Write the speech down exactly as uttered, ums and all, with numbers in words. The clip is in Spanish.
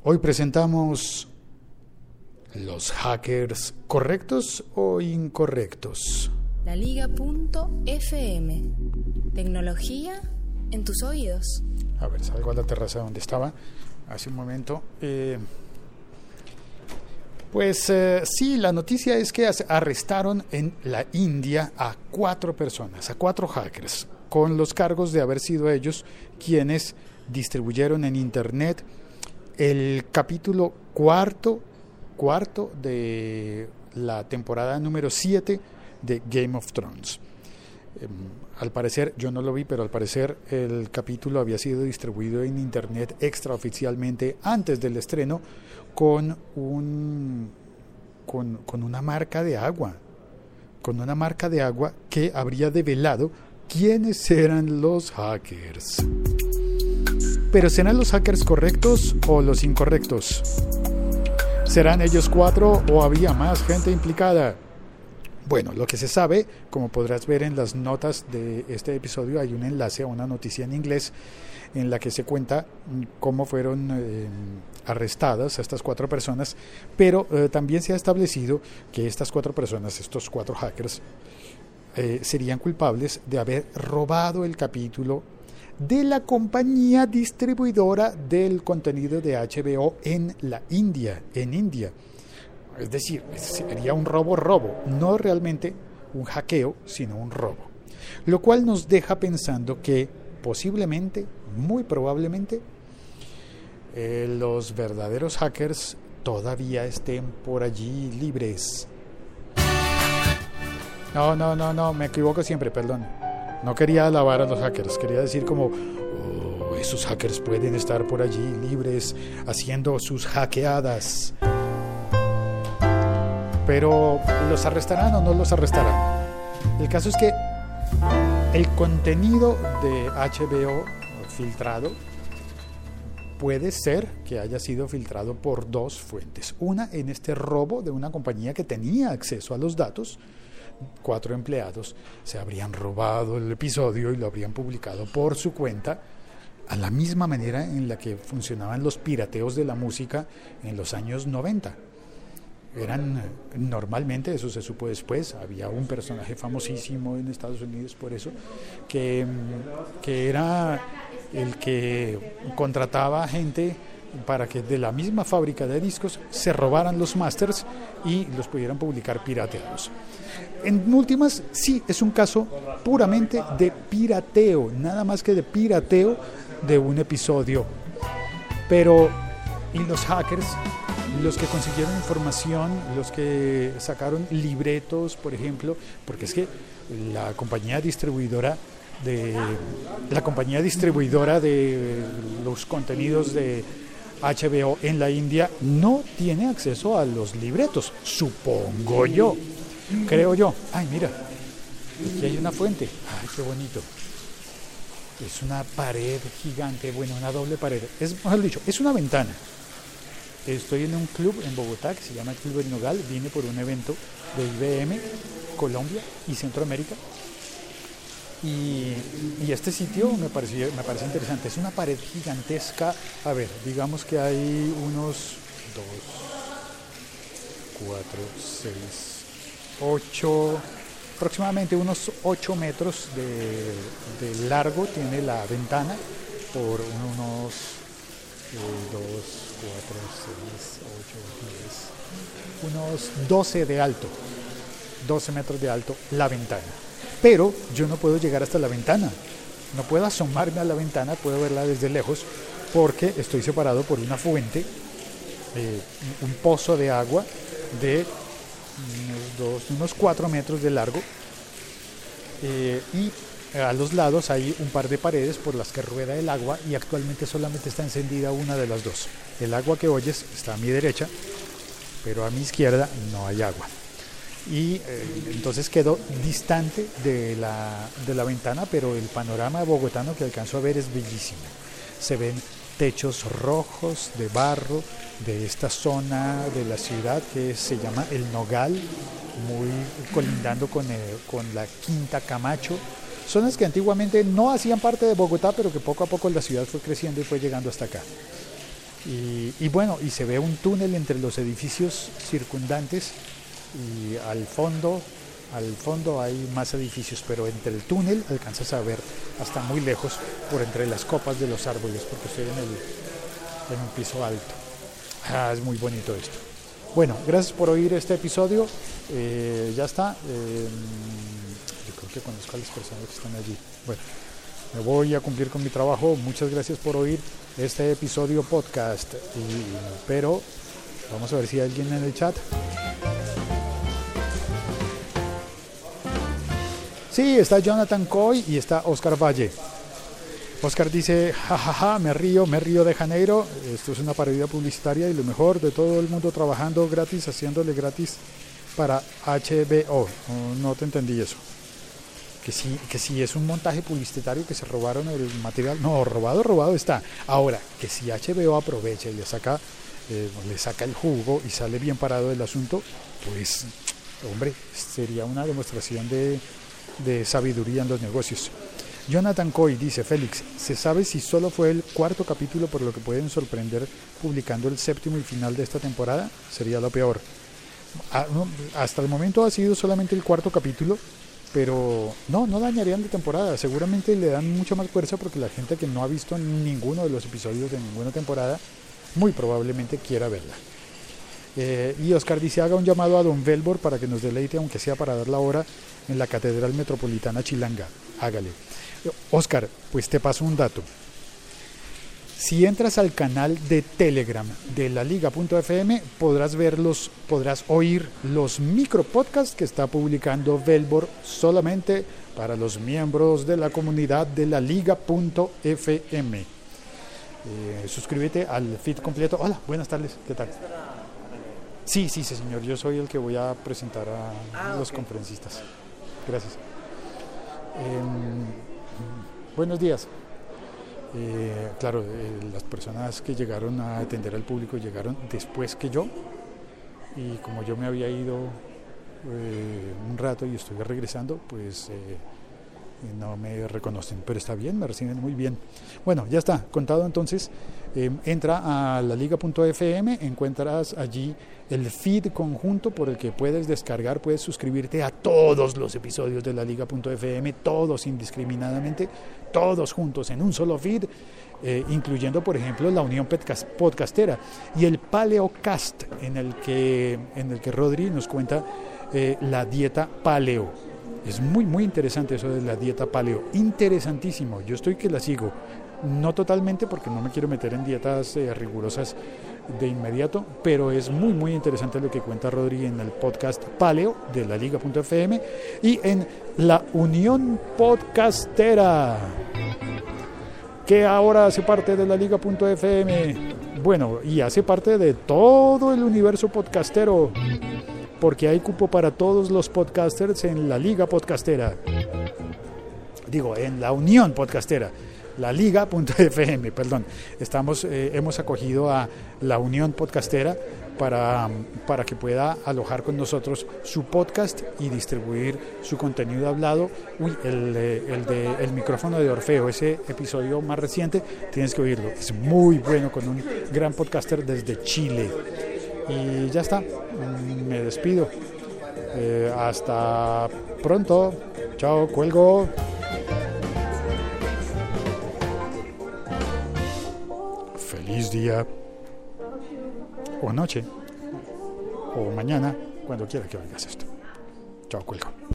Hoy presentamos los hackers correctos o incorrectos. La Liga punto F M. Tecnología en tus oídos. A ver, salgo a la terraza donde estaba hace un momento. Eh, pues eh, sí, la noticia es que arrestaron en la India a cuatro personas, a cuatro hackers, con los cargos de haber sido ellos quienes distribuyeron en Internet el capítulo cuarto, cuarto de la temporada número siete de Game of Thrones. Eh, al parecer, yo no lo vi, pero al parecer el capítulo había sido distribuido en Internet extraoficialmente antes del estreno con un con, con una marca de agua, con una marca de agua que habría develado quiénes eran los hackers. Pero ¿serán los hackers correctos o los incorrectos? ¿Serán ellos cuatro o había más gente implicada? Bueno, lo que se sabe, como podrás ver en las notas de este episodio, hay un enlace a una noticia en inglés en la que se cuenta cómo fueron eh, arrestadas estas cuatro personas, pero eh, también se ha establecido que estas cuatro personas, estos cuatro hackers, eh, serían culpables de haber robado el capítulo de la compañía distribuidora del contenido de H B O en la India, en India. Es decir, sería un robo-robo, no realmente un hackeo, sino un robo. Lo cual nos deja pensando que posiblemente, muy probablemente, eh, los verdaderos hackers todavía estén por allí libres. No, no, no, no, me equivoco siempre, perdón. No quería alabar a los hackers, quería decir como, oh, esos hackers pueden estar por allí libres haciendo sus hackeadas. Pero, ¿los arrestarán o no los arrestarán? El caso es que el contenido de H B O filtrado puede ser que haya sido filtrado por dos fuentes. Una, en este robo de una compañía que tenía acceso a los datos. Cuatro empleados se habrían robado el episodio y lo habrían publicado por su cuenta, a la misma manera en la que funcionaban los pirateos de la música en los años noventa. Eran normalmente, eso se supo después, había un personaje famosísimo en Estados Unidos por eso, que, que era el que contrataba gente para que de la misma fábrica de discos se robaran los masters y los pudieran publicar pirateados. En últimas, sí, es un caso puramente de pirateo, nada más que de pirateo de un episodio. Pero, ¿y los hackers? Los que consiguieron información, los que sacaron libretos, por ejemplo, porque es que la compañía distribuidora de la compañía distribuidora de los contenidos de H B O en la India no tiene acceso a los libretos, supongo yo, creo yo. Ay, mira, aquí hay una fuente, ay, qué bonito. Es una pared gigante, bueno, una doble pared, es, mejor dicho, es una ventana. Estoy en un club en Bogotá que se llama Club El Nogal, vine por un evento de I B M, Colombia y Centroamérica. Y, y este sitio me, pareció, me parece interesante, es una pared gigantesca. A ver, digamos que hay unos dos, cuatro, seis, ocho, aproximadamente unos ocho metros de, de largo tiene la ventana por unos eh, dos, cuatro, seis, ocho, diez, unos doce de alto, doce metros de alto la ventana. Pero yo no puedo llegar hasta la ventana, no puedo asomarme a la ventana, puedo verla desde lejos porque estoy separado por una fuente, eh, un pozo de agua de unos, dos, unos cuatro metros de largo, eh, y a los lados hay un par de paredes por las que rueda el agua y actualmente solamente está encendida una de las dos. El agua que oyes está a mi derecha, pero a mi izquierda no hay agua. Y eh, entonces quedo distante de la, de la ventana, pero el panorama bogotano que alcanzo a ver es bellísimo. Se ven techos rojos de barro de esta zona de la ciudad que se llama El Nogal, muy colindando con, el, con la Quinta Camacho, zonas que antiguamente no hacían parte de Bogotá, pero que poco a poco la ciudad fue creciendo y fue llegando hasta acá. Y, y bueno, y se ve un túnel entre los edificios circundantes y al fondo, al fondo hay más edificios, pero entre el túnel alcanzas a ver hasta muy lejos por entre las copas de los árboles, porque estoy en, el, en un piso alto. Ah, es muy bonito esto. Bueno, gracias por oír este episodio. Eh, ya está. Eh, yo creo que conozco a las personas que están allí. Bueno, me voy a cumplir con mi trabajo. Muchas gracias por oír este episodio podcast. Y, pero vamos a ver si hay alguien en el chat. Sí, está Jonathan Coy y está Oscar Valle. Oscar dice, jajaja, ja, ja, me río, me río de Janeiro. Esto es una parodia publicitaria y lo mejor de todo el mundo trabajando gratis, haciéndole gratis para H B O. No, no te entendí eso. Que sí, que sí es un montaje publicitario, que se robaron el material. No, robado, robado está. Ahora, que si H B O aprovecha y le saca, eh, le saca el jugo y sale bien parado el asunto, pues, hombre, sería una demostración de, de sabiduría en los negocios. Jonathan Coy dice, Félix, ¿se sabe si solo fue el cuarto capítulo por lo que pueden sorprender publicando el séptimo y final de esta temporada? Sería lo peor. Hasta el momento ha sido solamente el cuarto capítulo, pero no, no dañarían la temporada. Seguramente le dan mucha más fuerza porque la gente que no ha visto ninguno de los episodios de ninguna temporada, muy probablemente quiera verla. Eh, y Oscar dice, haga un llamado a Don Velbor para que nos deleite, aunque sea para dar la hora en la Catedral Metropolitana Chilanga. Hágale. Oscar, pues te paso un dato. Si entras al canal de Telegram de la liga punto f m, podrás verlos, podrás oír los micropodcasts que está publicando Velbor solamente para los miembros de la comunidad de la liga punto f m. Eh, suscríbete al feed completo. Hola, buenas tardes, ¿qué tal? Sí, sí, sí, señor, yo soy el que voy a presentar a ah, los okay. conferencistas. Gracias. Eh, buenos días. Eh, claro, eh, las personas que llegaron a atender al público llegaron después que yo, y como yo me había ido eh, un rato y estoy regresando, pues eh, no me reconocen, pero está bien, me reciben muy bien. Bueno, ya está, contado entonces. Eh, entra a la liga punto f m, encuentras allí el feed conjunto por el que puedes descargar, puedes suscribirte a todos los episodios de la liga punto f m, todos indiscriminadamente, todos juntos en un solo feed, eh, incluyendo por ejemplo la Unión Podcastera y el Paleocast, en el que, en el que Rodri nos cuenta eh, la dieta paleo. Es muy muy interesante eso de la dieta paleo, interesantísimo. Yo estoy que la sigo, no totalmente porque no me quiero meter en dietas eh, rigurosas de inmediato, pero es muy muy interesante lo que cuenta Rodri en el podcast Paleo de la liga punto f m y en la Unión Podcastera, que ahora hace parte de la liga punto f m. Bueno, y hace parte de todo el universo podcastero, porque hay cupo para todos los podcasters en la Liga Podcastera. Digo, en la Unión Podcastera, la liga punto f m, perdón. Estamos, eh, hemos acogido a la Unión Podcastera para, para que pueda alojar con nosotros su podcast y distribuir su contenido hablado. Uy, el, el de el micrófono de Orfeo, ese episodio más reciente, tienes que oírlo. Es muy bueno, con un gran podcaster desde Chile. Y ya está, me despido. Eh, hasta pronto. Chao, cuelgo. Feliz día. O noche. O mañana, cuando quiera que oigas esto. Chao, cuelgo.